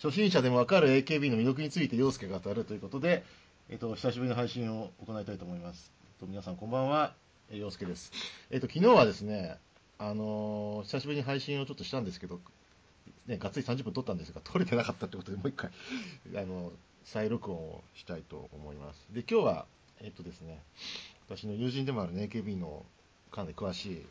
初心者でもわかる AKB の魅力について陽介が語るということで、久しぶりの配信を行いたいと思います。皆さんこんばんは、陽介です。昨日はですね、久しぶりに配信をちょっとしたんですけど、ね、がっつり30分撮ったんですが、撮れてなかったということで、もう一回、再録音をしたいと思います。で、今日は、ですね、私の友人でもある、ね、AKB のかなり詳しい、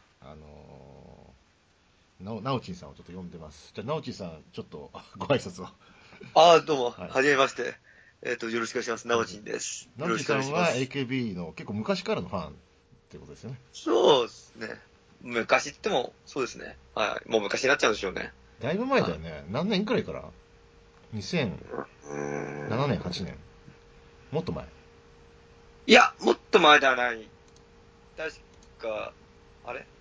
なおちんさんをちょっと呼んでます。じゃあ、なおちんさん、ちょっとご挨拶を。 どうも、 はい。 はじめまして。よろしくお願いします。なおちんです。 なおよろしくお願いしまちんさんはす。 AKB の結構昔からのファンっていうことですよね。 そうですね。昔っても、そうですね。はい。もう昔になっちゃうんでしょうね。 だいぶ前だはよね。何年くらいから？ い。 2007年、8年。もっと前。 いや、もっと前ではない。確か、あれ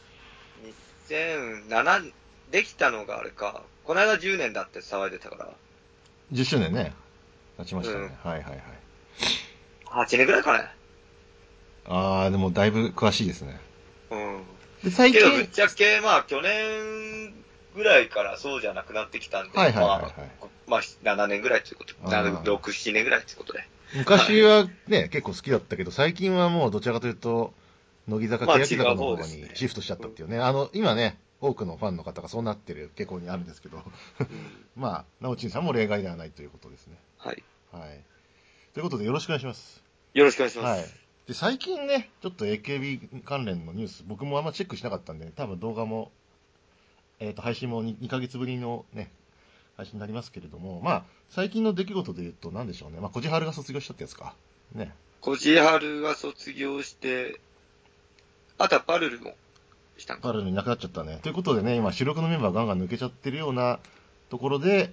?2007、できたのがあれか。この間10年だって騒いでたから。 10周年ね。経ちましたね。 うん。 はいはいはい。 8年ぐらいかね。 でもだいぶ詳しいですね。 うん。 で、最けど、ぶっ近、 ちゃけ、去年ぐらいからそうじゃなくなってきたんで、 はいはいはいはい。 7年ぐらいということ。 あ 6、7年ぐらいということで。はい。 昔はね、結構好きだったけど、最近はもうどちらかというと、乃木坂、欅違う坂の方方ですね。 にシフトしちゃっうん。 たっていうね。今ね、多くのファンの方がそうなってる傾向にあるんですけど、 うん。 まあ、なおちんさんも例外ではないということですね。 はい。 はい。ということでよろしくお願いします。 よろしくお願いしまはい。 す。 で、最近ね、ちょっと AKB 関連のニュース、僕もあんまチェックしなかったんで、多分動画も、配信も2ヶ月ぶりのね、配信になりますけれども、まあ、最近の出来事で言うと何でしょうね。まあ、こじはるが卒業したってやつか。ね。 こじはるが卒業して、あとはパルルもしたんか。 パルルになくなっちゃったね。ということでね、今、主力のメンバーガンガン抜けちゃってるようなところで、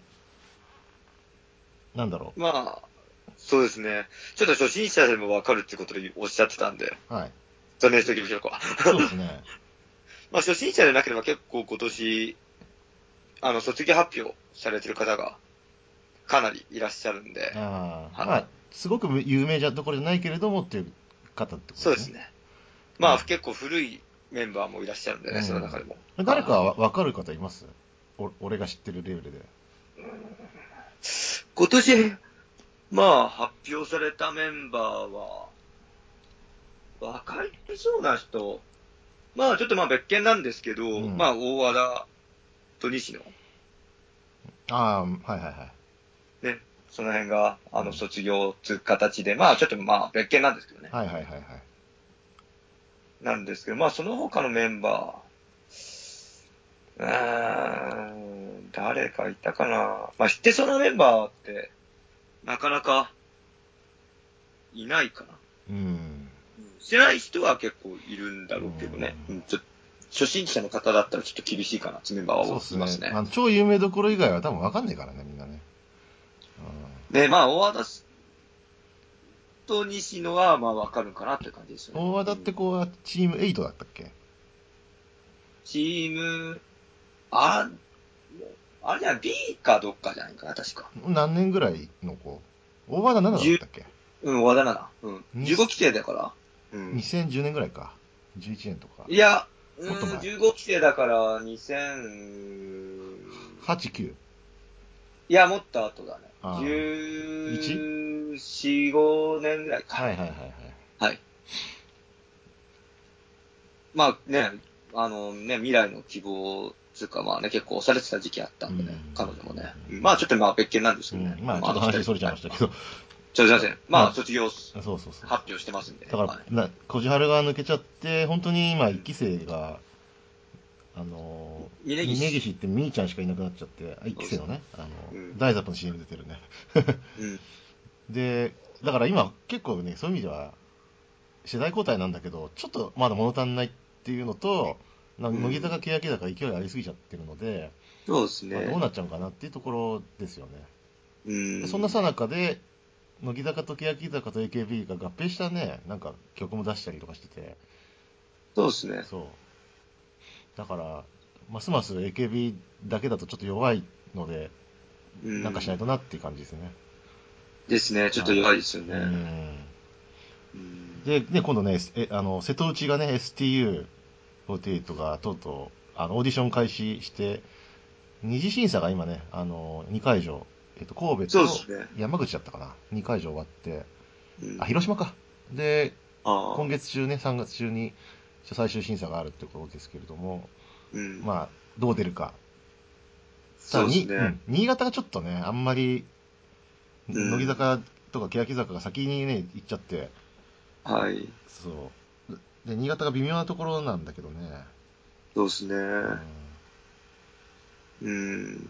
なんだろそうですね。ちょっと初心者でもわかるってことでおっしゃってたんで、 う。はい。 残念しておきましょうか。 そうですね。 初心者でなければ結構今年、卒業発表されてる方がかなりいらっしゃるんで、 まあ、 はい。 すごく有名じゃどころじゃないけれどもっていう方ってことですね。 そうですね。 はい。 結構古いメンバーもいらっしゃるんでね、その中でも。 うん。誰かわかる方います？俺が知ってるレベルで。 今年、発表されたメンバーは、わかりそうな人、ちょっと別件なんですけど、 うん。 大和田と西野、 はいはいはい。 ね、その辺が、 うん。 卒業つう形で、ちょっと別件なんですけどね。 はいはいはいはい。 なんですけど、その他のメンバ誰かいたかな。知ってそうなメンバーって、なかなかいないかな。 うん。 してない人は結構いるんだうん。 ろうけどね。初心者の方だったらちょっと厳しいかなってメンバーはそうっすね。 いますね。 超有名どころ以外は多分わかんないからね、みんなね。 で、大和田と西野はわかるかなっていう感じですよね。 大和田ってうん。 子はチーム8だったっけ？ チーム、あ、あれじゃない、B かどっかじゃないかな、確か。 何年ぐらいの子？大和田7だったっけ？ うん、和田奈々。うん。 に 15期生だから。うん。 2010年ぐらいか。11年とか。 いや、 もっと前。 15期生だから2000、 8、9。 いや、もっと後だね。 ああ。1？ 14、5年ぐらいか。 はいはいはいはい。 はい。ね、未来の希望つうか結構押されてた時期あったうん。 んでね、彼女もね。ちょっと別件なんですけどね。 うん。まあ、ちょっと話それちゃいましたけど。 すいません。 ま卒業あ、そうそうそう。 発表してますんでね。 だから、 はい。 こじはるが抜けちゃって、本当に今、一うん。 期生が、峯岸っ峯岸。 てみーちゃんしかいなくなっちゃって、一そうそう。 期生のね、 うん。 大雑把の CM 出てるね。 うん。 で、だから今、結構ね、そういう意味では、世代交代なんだけど、ちょっとまだ物足んないっていうのと、乃木坂、 うん。 欅坂勢いありすぎちゃってるので、 そうですまあ、どうね。 なっちゃうかなっていうところですよね。 うでそんなさん。 なかで、乃木坂と欅坂と AKB が合併したね、なんか曲も出したりとかしてて、 そうですね。 そう。だから、ますます AKB だけだとちょっと弱いので、 うなんかしないとん。 なっていう感じですね。 ですね。ちょっとは弱いですよい。うね。 ん。 うん。 で、今度ね、瀬戸内がね、STU48 がとうとう、オーディション開始して、 二次審査が今ね、2会場、神戸そうとですね。 山口だったかな。2会場終わって、 うん、 あ、広島か。で、 あ今月中ね、3月中に最終審査があるってことですけれども、 うん。 まあ、どう出るか。ただに、 そうですね。 新潟がちょっとね、あんまり、 うん乃木坂とか欅坂が先にね、行っちゃって、 はい。 そう。で、新潟が微妙なところなんだけどね。 そうですね。 うんうん。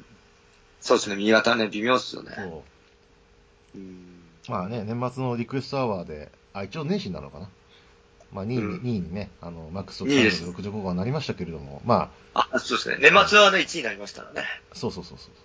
そうですね。新潟ね、微妙っすよね。 そうん。 う。まあね、年末のリクエストアワーで、一応年始なのかな。まあ2位に、 うん。 2位にね、マックスと 2位です。 365号はなりましたけれども、まあ、そうですね。年末はね、1位になりましたからね。 あ、そうそうそうそう。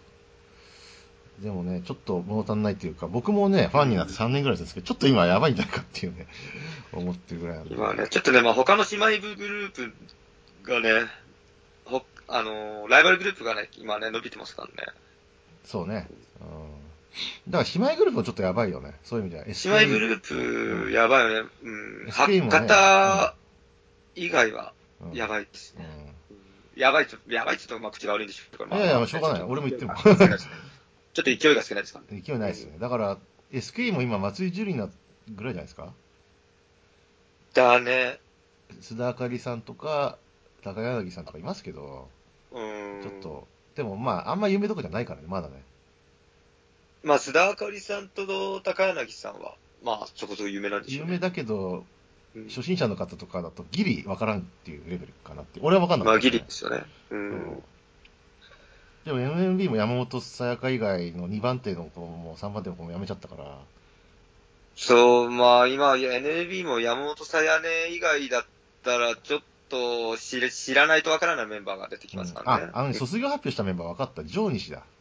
でもね、ちょっと物足んないっていうか、僕もね、ファンになってうん。 3年ぐらいですけど、ちょっと今やばいんじゃないかっていうね、思ってるぐらいなんで。 今ね、ちょっとね、まあ他の姉妹部グループがね、ライバルグループがね、今ね、伸びてますからね。 そうね。うん。だから姉妹グループもちょっとやばいよね。そういう意味では。 姉妹グ SK、 ループ、やばいよね。うん。博 SK もね、 多以外は、 うん。 やばいですうね。 ん。 うんやばいやばいって言うと、まあ口が悪いんでしょうけど、 いやいや、 まあまあね、 しょうがない。 ちょっと俺も言ってるもん。 勢いが少ないですね。ちょっと勢いが少ないですからね。 勢いないっすね。だから、SK も今、松井樹里奈ぐらいじゃないですか。 だね。 須田あかりさんとか、高柳さんとかいますけど、 うーん。 ちょっと、でもまあ、あんま有名どころじゃないからね、まだね。 まあ、須田あかりさんと高柳さんは、まあ、そこそこ有名なんでしょうね。 有名だけど、 うん。 初心者の方とかだとギリわからんっていうレベルかなって。俺はわかんなかまあ、ギったけどね。 リですよね。うそう。 ん。 でも MMB も山本さやか以外の2番手の子も3番手の子も辞めちゃったから、 そう、まあ、今、NAB も山本さやね以外だったら、ちょっと知らないとわからないメンバーが出てきうん。 ますからあ、 ね。 卒業発表したメンバー分かった。上西だ。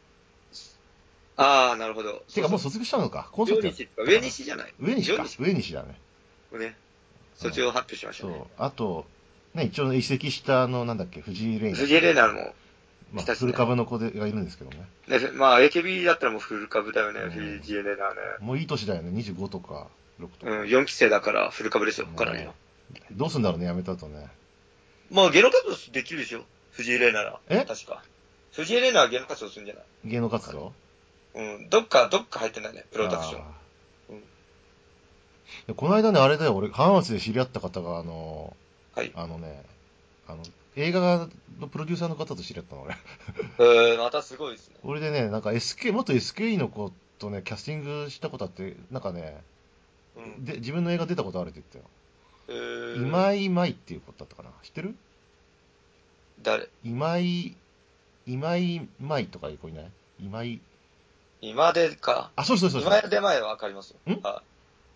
ああ、なるほど。 てかもうそうそう。 卒業したのか。コンサートやっ上西か、上たかな。 西じゃない。 上西か。 上西上西だね。 もね、 うん。 卒業発表しましたね。 そう。あと、ね、一応移籍したなんだっけ、藤井玲奈藤井玲奈もまあ、 来たしね。 フル株の子がいるんですけどね。 ね、まあ、AKB だったらもうフル株だよね、 うん。 藤井玲奈はね。 もういい年だよね。25とか6とか。 うん、4期生だからフル株ですよ、かなりねの。 え。どうすんだろうね、やめた後ね。 まあ、芸能活動できるでしょ。藤井玲奈ら。 え確か。藤井玲奈は芸能活動するんじゃない？ 芸能活動うん、どっか入ってないね、プロダクション。 あうん。 あ。この間ね、あれだよ、俺、浜松で知り合った方が、 はい。 あのね、あの、映画のプロデューサーの方と知り合ったの、俺。 またすごいですね。 俺でね、なんか 元 SKE の子とね、キャスティングしたことあって、なんかね、 うん。 で、自分の映画出たことあるって言ってたよ。 えー、 今井舞っていう子だったかな。知ってる誰？ 今井、今井舞とかいう子いない今井、 今でか。 あ、そうそうそうそ今で前はわかりますよ。 う。 はい。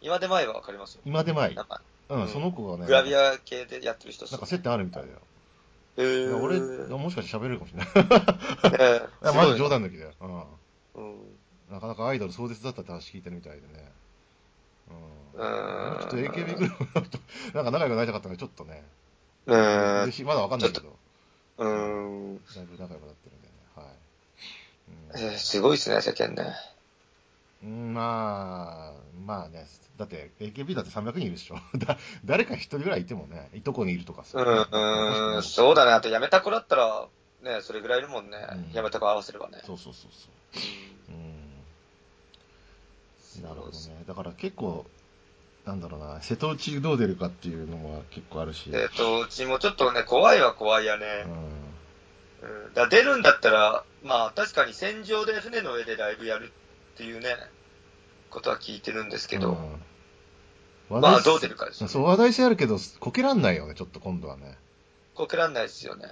今で前はわかりますよ。 今出舞。 なんか、 うん、そうん。 の子がね、 グラビア系でやってる人っすよね。 なんか接点あるみたいだよ。 え俺、 ー、 もしかして喋れるかもしれない。 ねえ、 いや、マジすごいな。 冗談抜きだよ。うん。 うん。 なかなかアイドル壮絶だったって話聞いてるみたいでね。 ううん。俺もちょっとー AKB グルん。 ープの人、なんか仲良くなりたかったので、ちょっとね、 うーん。 嬉しい。まだわかんちょっと、 ないけど、 うーん。 だいぶ仲良くなってるんでね。はい。 すごいですね、世間ね。 うん、まあね。だって AKB だって300人いるでしょ。誰か一人ぐらいいてもね、いとこにいるとかさ、おかしくないし。 そうだね。あと辞めた子だったら、ね、それぐらいいるもんね。 うん。 辞めた子合わせればね。 そうそうそうそうん。 う。うん。なるほどね。 そうですね。 だから結構、なんだろうな、瀬戸内どう出るかっていうのも結構あるし。 うちもちょっとね、怖いは怖いやね。 うん。 うん。出るんだったら、まあ確かに船上で船の上でライブやるっていうね、ことは聞いてるんですけど、 うん。話題まあどう出るかですよね。 そう、話題性あるけど、こけらんないよね、ちょっと今度はね。 こけらんないですよね。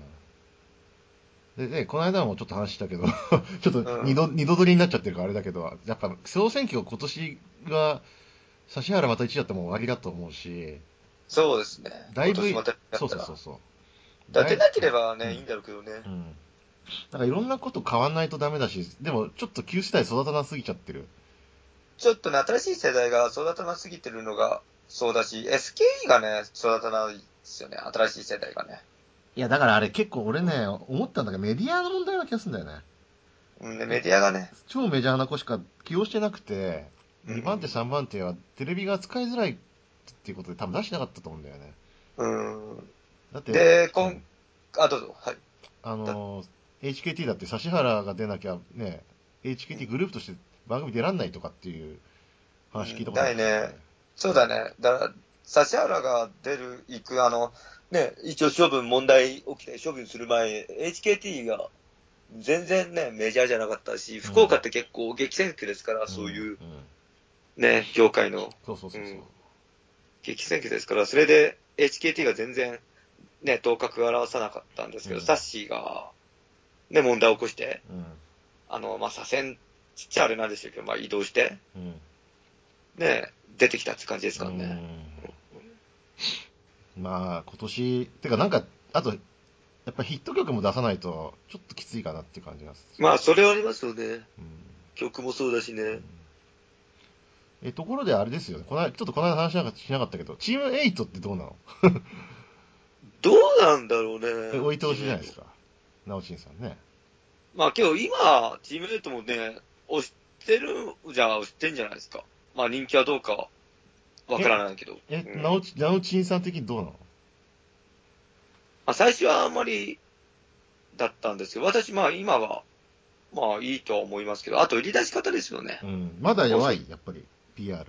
うん。で、ね、この間もちょっと話したけどちょっとうん。 二度撮りになっちゃってるからあれだけど、やっぱ総選挙今年が、指原また1位だったらもう終わりだと思うし、 そうですね。 だいぶ、 今年またやっそうたら。 そうそうそう。 出なければね、いいうん。 んだろうけどね。 うん。なんかいろんなこと変わんないとダメだし、でもちょっと旧世代育たなすぎちゃってる。 ちょっとね、新しい世代が育たなすぎてるのがそうだし、SKE がね、育たないですよね、新しい世代がね。 いや、だからあれ結構俺ね、思ったんだけど、メディアの問題な気がするんだよね。 うん、ね、メディアがね、 超メジャーな子しか起用してなくて、2番手、 うん、 3番手はテレビが使いづらいっていうことで多分出してなかったと思うんだよね。 うん。 だって、 で、 うん、 あ、どうぞ、はい。 あだのー HKT だって指原が出なきゃね、HKT グループとして番組出らんないとかっていう話聞いたことある、 ね。そうだね。指原が行く、ね、一応処分問題起きて処分する前、HKT が全然ね、メジャーじゃなかったし、福岡って結構激戦区ですから、そういう、ね、業界の。 そう。 激戦区ですから、それで HKT が全然、ね、頭角を現さなかったんですけど、サッシーが、ね、問題を起こして、左遷ちっちゃいあれなんでしょうけど、移動して、ね、出てきたって感じですからね。 まあ、今年、てかなんか、あと、やっぱヒット曲も出さないと、ちょっときついかなっていう感じがする。 まあ、それはありますよね。曲もそうだしね。 ところであれですよね、ちょっとこの間話しなかったけど、チーム8ってどうなの？ どうなんだろうね。 置いてほしいじゃないですか。ナオチンさんね。 まあ、今日今、チームメイトもね、押してんじゃないですか。まあ、人気はどうかわからないけど。 ナオチンさん的にどうなの？ 最初はあんまりだったんですけど、私、今は、いいとは思いますけど、あと売り出し方ですよね。 まだ弱い、やっぱり、PR。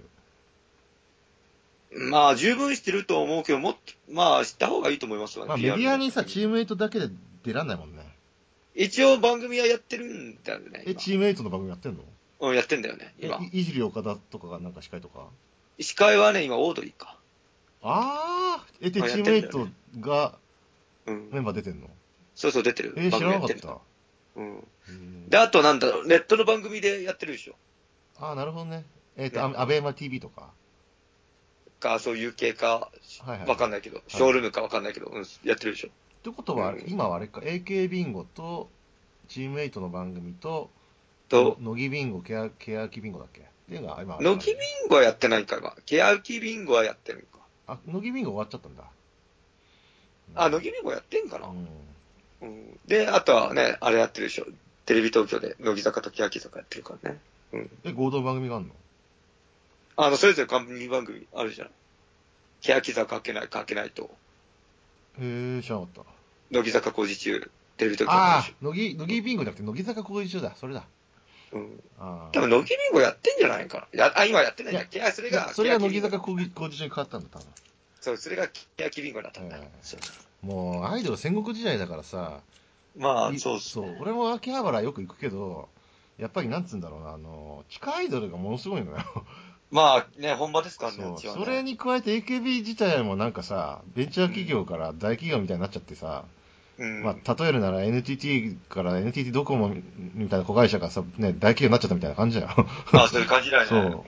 十分してると思うけど、知った方がいいと思いますよね、 メデ PR ね。 ィアにさ、チームメイトだけで出らんないもんね。 一応番組はやってるんだよね、今。 チームメイトの番組やってんの？ やってんだよね、今。 いじり岡田とかがなんか司会とか？ 司会はね、今、オードリーか。 チームメイトがメンバー出てんの？ そう、出てる。 知らなかった。 で、あとネットの番組でやってるでしょ。 なるほどね。アベマ TV とか。 そういう系か、わかんないけど、ショールームかわかんないけど、やってるでしょ。 ってことは、今はあれか、AK ビンゴと、チームメイトの番組と、乃木ビンゴ、ケヤキビンゴだっけっていうのが今乃木ビンゴはやってないか、今。ケヤキビンゴはやってるか。 乃木ビンゴ終わっちゃったんだ。 乃木ビンゴやってんかな。で、あとはね、あれやってるでしょ。テレビ東京で乃木坂と欅坂やってるからね。 合同番組があるのそれぞれ番組あるじゃん。欅坂かけないと。 知らなかった。 乃木坂工事中、テレビ東京やってるでしょ。乃木ビンゴじゃなくて乃木坂工事中だ、それだ。 多分乃木ビンゴやってんじゃないかな。今やってないんだっけ？それが乃木坂工事中に変わったんだ、多分。 そう、それが欅ビンゴだったんだ。 もう、アイドル戦国時代だからさ。 そうっすね。 俺も秋葉原よく行くけど、やっぱりなんつうんだろうな、地下アイドルがものすごいのよ。 本場ですからね、 それに加えて AKB 自体もなんかさ、ベンチャー企業から大企業みたいになっちゃってさ、例えるなら NTT から NTT ドコモみたいな子会社がさ、ね、大企業になっちゃったみたいな感じだよ。 そういう感じだよね。 そう。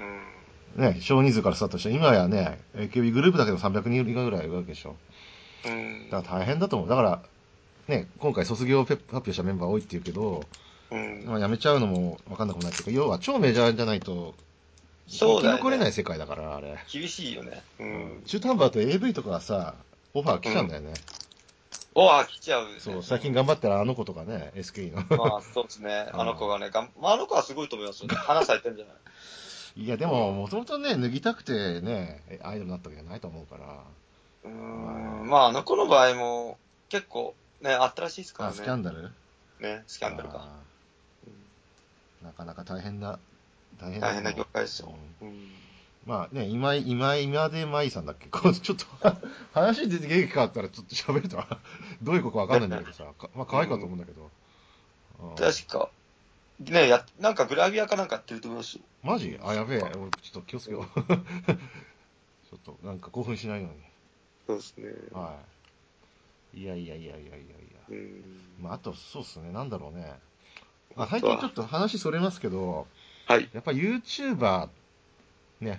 ね、少人数からスタートして、今やね、AKB グループだけで300人ぐらいいるわけでしょ。だから大変だと思う。だから、ね、今回卒業発表したメンバー多いって言うけど、辞めちゃうのも分かんなくもないっていうか、要は超メジャーじゃないと、生き残れない世界だから、あれ。 厳しいよね。 中途半端だと AV とかがさ、オファー来ちゃうんだよね。 来ちゃう、 そう、最近頑張ってるあの子とかね、SK の。 そうですね。あの子がね、あの子はすごいと思いますよね。花咲いてるんじゃないいや、でも、もともとね、脱ぎたくてね、アイドルになったわけじゃないと思うから。 あの子の場合も、結構、ね、あったらしいですからね。 スキャンダル？ ね、スキャンダルが。 なかなか大変な業界ですよ。 今で舞さんだっけちょっと、話出て変わったらちょっと喋るとは、どういうことかわかんないんだけどさ、可愛いかと思うんだけど。 確か。ねなんかグラビアかなんかやってると思いますよ。 マジ？やべえ。俺ちょっと気をつけよう。ちょっと、なんか興奮しないように。 そうですね。 いや。あと、そうっすね。なんだろうね。最近ちょっと話それますけど、やっぱ YouTuber ね、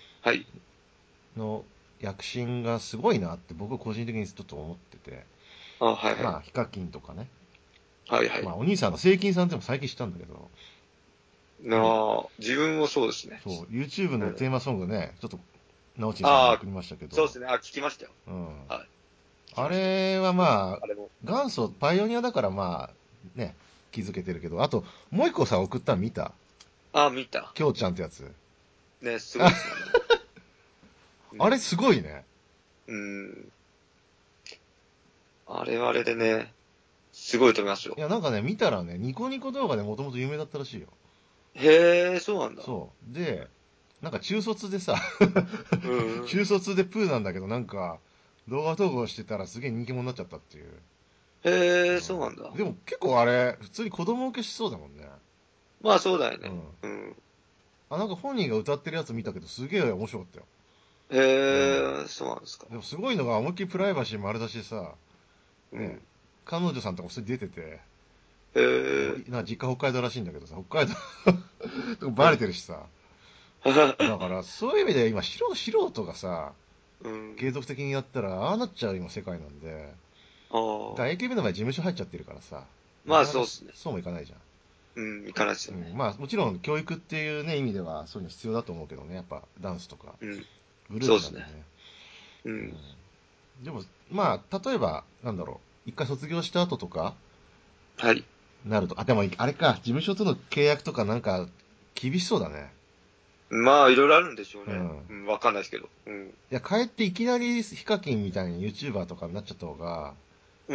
の躍進がすごいなって僕個人的にちょっと思ってて。ヒカキンとかね。お兄さんのセイキンさんでも最近知ったんだけど。 自分もそうですね。 そう、YouTube のテーマソングね、ちょっと、直ちさんに送りましたけど。 そうですね。聞きましたよ。 あれは元祖パイオニアだからね、気づけてるけど、あと、もう一個さ、送ったの見た？ 見た。 きょうちゃんってやつ。 ね、すごいですね。 あれすごいね。 あれはあれでね、 すごいと思いますよ。 いや、なんかね、見たらね、ニコニコ動画でもともと有名だったらしいよ。 へえ、そうなんだ。 そう。で、なんか中卒でさ、 うん。 中卒でプーなんだけど、なんか、動画投稿してたらすげえ人気者になっちゃったっていう。 へえ、そうなんだ。 うん、でも結構あれ、普通に子供受けしそうだもんね。 まあそうだよね。 うん。 うん。 あ、なんか本人が歌ってるやつ見たけど、すげえ面白かったよ。うん。 へえ、そうなんですか。 でもすごいのが、思いっきりプライバシー丸出しでさ、ね、 うん。 彼女さんとか普通に出てて、 へえ。 なんか実家北海道らしいんだけどさ、北海道バレてるしさ。だから、そういう意味で今、素人がさ、 うん。 継続的にやったら、ああなっちゃう今世界なんで、 あだからあ。 AKB の場合事務所入っちゃってるからさ、なまあかなかそうっすね。 そうもいかないじゃん。 うん、行かないですよね。 うん、まあもちろん教育っていうね、意味ではそういうの必要だと思うけどね、やっぱダンスとか、 うん。 グルーそうっすね。 プなんでね。 うん。 うん、でも、まあ、例えば、なんだろう、一回卒業した後とか、 はい。 なると、あ、でも、あれか、事務所との契約とかなんか、厳しそうだね。 まあ、いろいろあるんでしょうね。 うん。 うん、わかんないですけど。うん。 いや、かえっていきなりヒカキンみたいに YouTuber とかになっちゃった方が、 うん。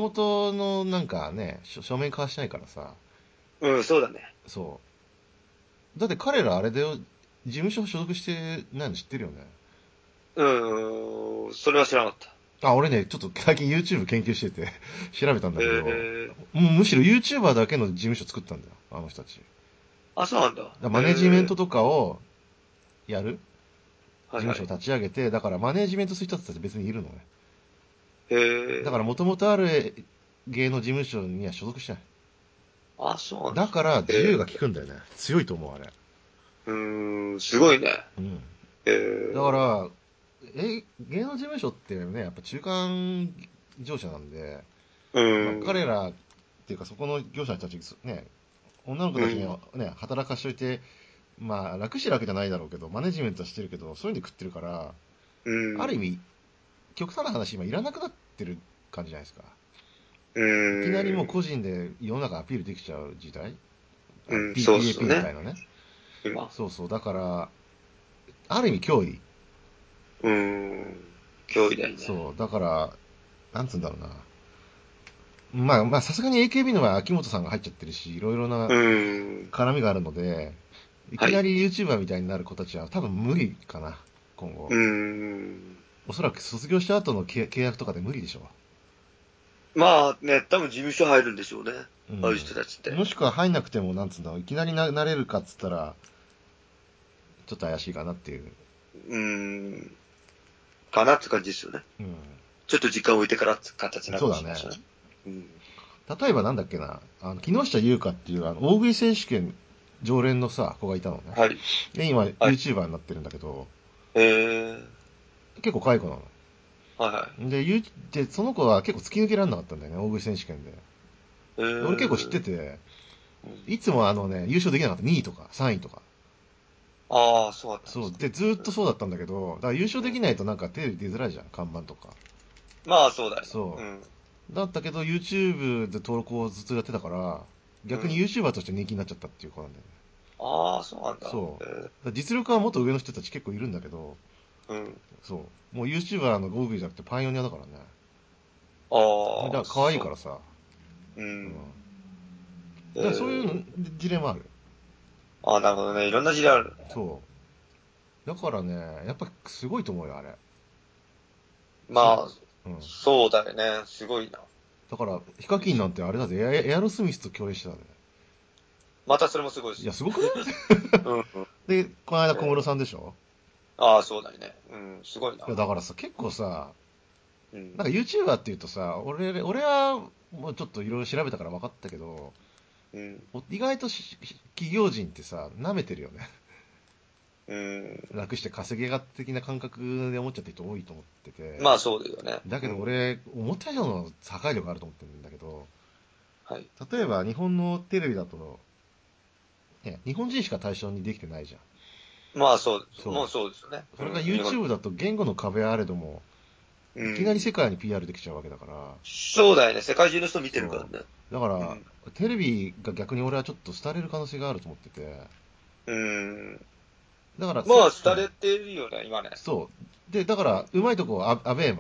もともとのなんかね、書面交わしてないからさ、 うん、そうだね。 そう。だって彼らあれだよ、事務所所属してないの知ってるよね。 うん、それは知らなかった。 あ、俺ね、ちょっと最近 YouTube 研究してて調べたんだけど、 ええ、 もうむしろ YouTuber だけの事務所作ったんだよ、あの人たち。 あ、そうなんだ。 マネジメンええ、 トとかをやる事務所をはいはい。 立ち上げて、だからマネジメントする人たち別にいるのね。 へだからえ、 もともとある芸能事務所には所属してない。 あ、そうなんだ。 だからへえ、 自由が利くんだよね。強いと思う、あれ。 うーん、すごいね。 うん。 へだかえ、 ら、芸能事務所ってね、やっぱ中間業者なんで、 うまあ彼ん、 らっていうかそこの業者の人たち、ね、女の子たちにはうん、 ね、働かしといて、まあ楽してるわけじゃないだろうけど、マネジメントはしてるけど、そういうので食ってるから、 うん、 ある意味、極端な話、今いらなくなってる感じじゃないですか。 ういきなりもうん、 個人で世の中アピールできちゃう時代、 うん、そうっすよ PAP みたね。 いなね。 今。 そうそう、だから、ある意味脅威。 うん、脅威だよね。 そう、だから、なんつうんだろうな。まあ、さすがに AKB の場合、秋元さんが入っちゃってるし、いろいろなうん、 絡みがあるので、いはい。 きなり YouTuber みたいになる子たちは多分無理かな、今後。 うん、 おそらく卒業した後の契約とかで無理でしょまあね、多分事務所入るんでしょうね。 う。 ああいう人たちっうん。 て。 もしくは入んなくても、なんつうんだろう、いきなりなれるかっつったら、ちょっと怪しいかなっていう。 うん、かなって感じですよね。 うん。 ちょっと時間を置いてからって形になるかそうだね。 もしれないですね。うん。 例えばなんだっけな、木下優香っていう大食い選手権常連のさ、子がいたのね。 はい。 で、今、 はい。 YouTuber になってるんだけど、 えー、 結構可愛い子なの。 はいはで、その子は結構突き抜けられなかったんだよね、大食い選手権で。 い。 俺結構知ってて、 うん、 いつも優勝できなかった。2位とか3位とか。 ああ、そうだったんでそう。 すか。 で、ずーっとそうだったんだけど、だから優勝うん。 できないとなんかテレビ出づらいじゃん、看板とか。 まあ、そうだよね。 そうん。 う。だったけど、YouTube で登録をずっとやってたから、逆にうん。 YouTuber として人気になっちゃったっていう子なんだよね。 ああ、そうなんだ。 そう。だから実力はもっと上の人たち結構いるんだけど、 うん。 そう。もう YouTuber のゴーグルじゃなくてパイオニアだからね。だかああ、 ら可愛いそう。 からさ。 ううん。 ん。 だからそういうの事例もある。 ああ、なるほどね。いろんな時代あるね。 そう。だからね、やっぱすごいと思うよ、あれ。す、 まあ、 うん。 そうだよね。すごいな。 だから、ヒカキンなんてあれだぜ、エアロスミスと共演してたね。 またそれもすごいでいや、 すよ。 すごくない？ うんうん。 で、この間小室えー、 さんでしょ？ ああ、そうだよね。うん、すごいな。 いや、だからさ、結構さ、 うん。 なんか YouTuber って言うとさ、俺はもうちょっといろいろ調べたから分かったけど、 うん。 意外と企業人ってさ、舐めてるよね。 うん。 楽して稼げが的な感覚で思っちゃってる人多いと思ってて。 まあ、そうだよね。 だけうん。 ど俺、思った以上の破壊力あると思ってるんだけど、 はい。 例えば日本のテレビだと、ね、日本人しか対象にできてないじゃん。 まあ、そうです。もそうそうですよね。 う。それがうん。日本、 YouTube だと言語の壁あれども、 ういきなり世ん。 界に PR できちゃうわけだから、 そうだよね。世界中の人見てるからそね。 う。だから、 うん。 テレビが逆に俺はちょっと廃れる可能性があると思ってて、 うん。 だから、 まあ、 うん。 廃れてるよね、今ね。 そう。で、だから、うまいとこアベーマ。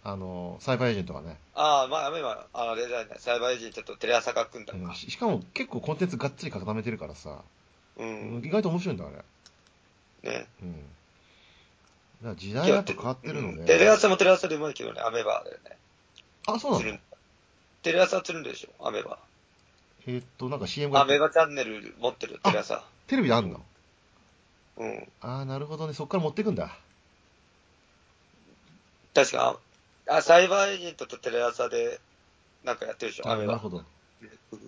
サイバーエージェントがね。 ああ、まあ、今、あれだよね、サイバーエージェントとテレ朝が組んだのか。 しかも結構コンテンツがっつり固めてるからさ、 うん。 意外と面白いんだ、あれ。 ね。 うん。だから時代がやっぱ変わってるので。 テレ朝もテレ朝でうまいけどね、アメバだよね。 あ、そうなの？ テレ朝はつるんでしょ、アメバ。 なんか CM がやってる。 アメバチャンネル持ってる、テレあ、 朝。 テレビであんの？ うん。 なるほどね。そっから持ってくんだ。 確か、サイバーエージェントとテレ朝でなんかやってるでしょ、アメバ。 なるほど。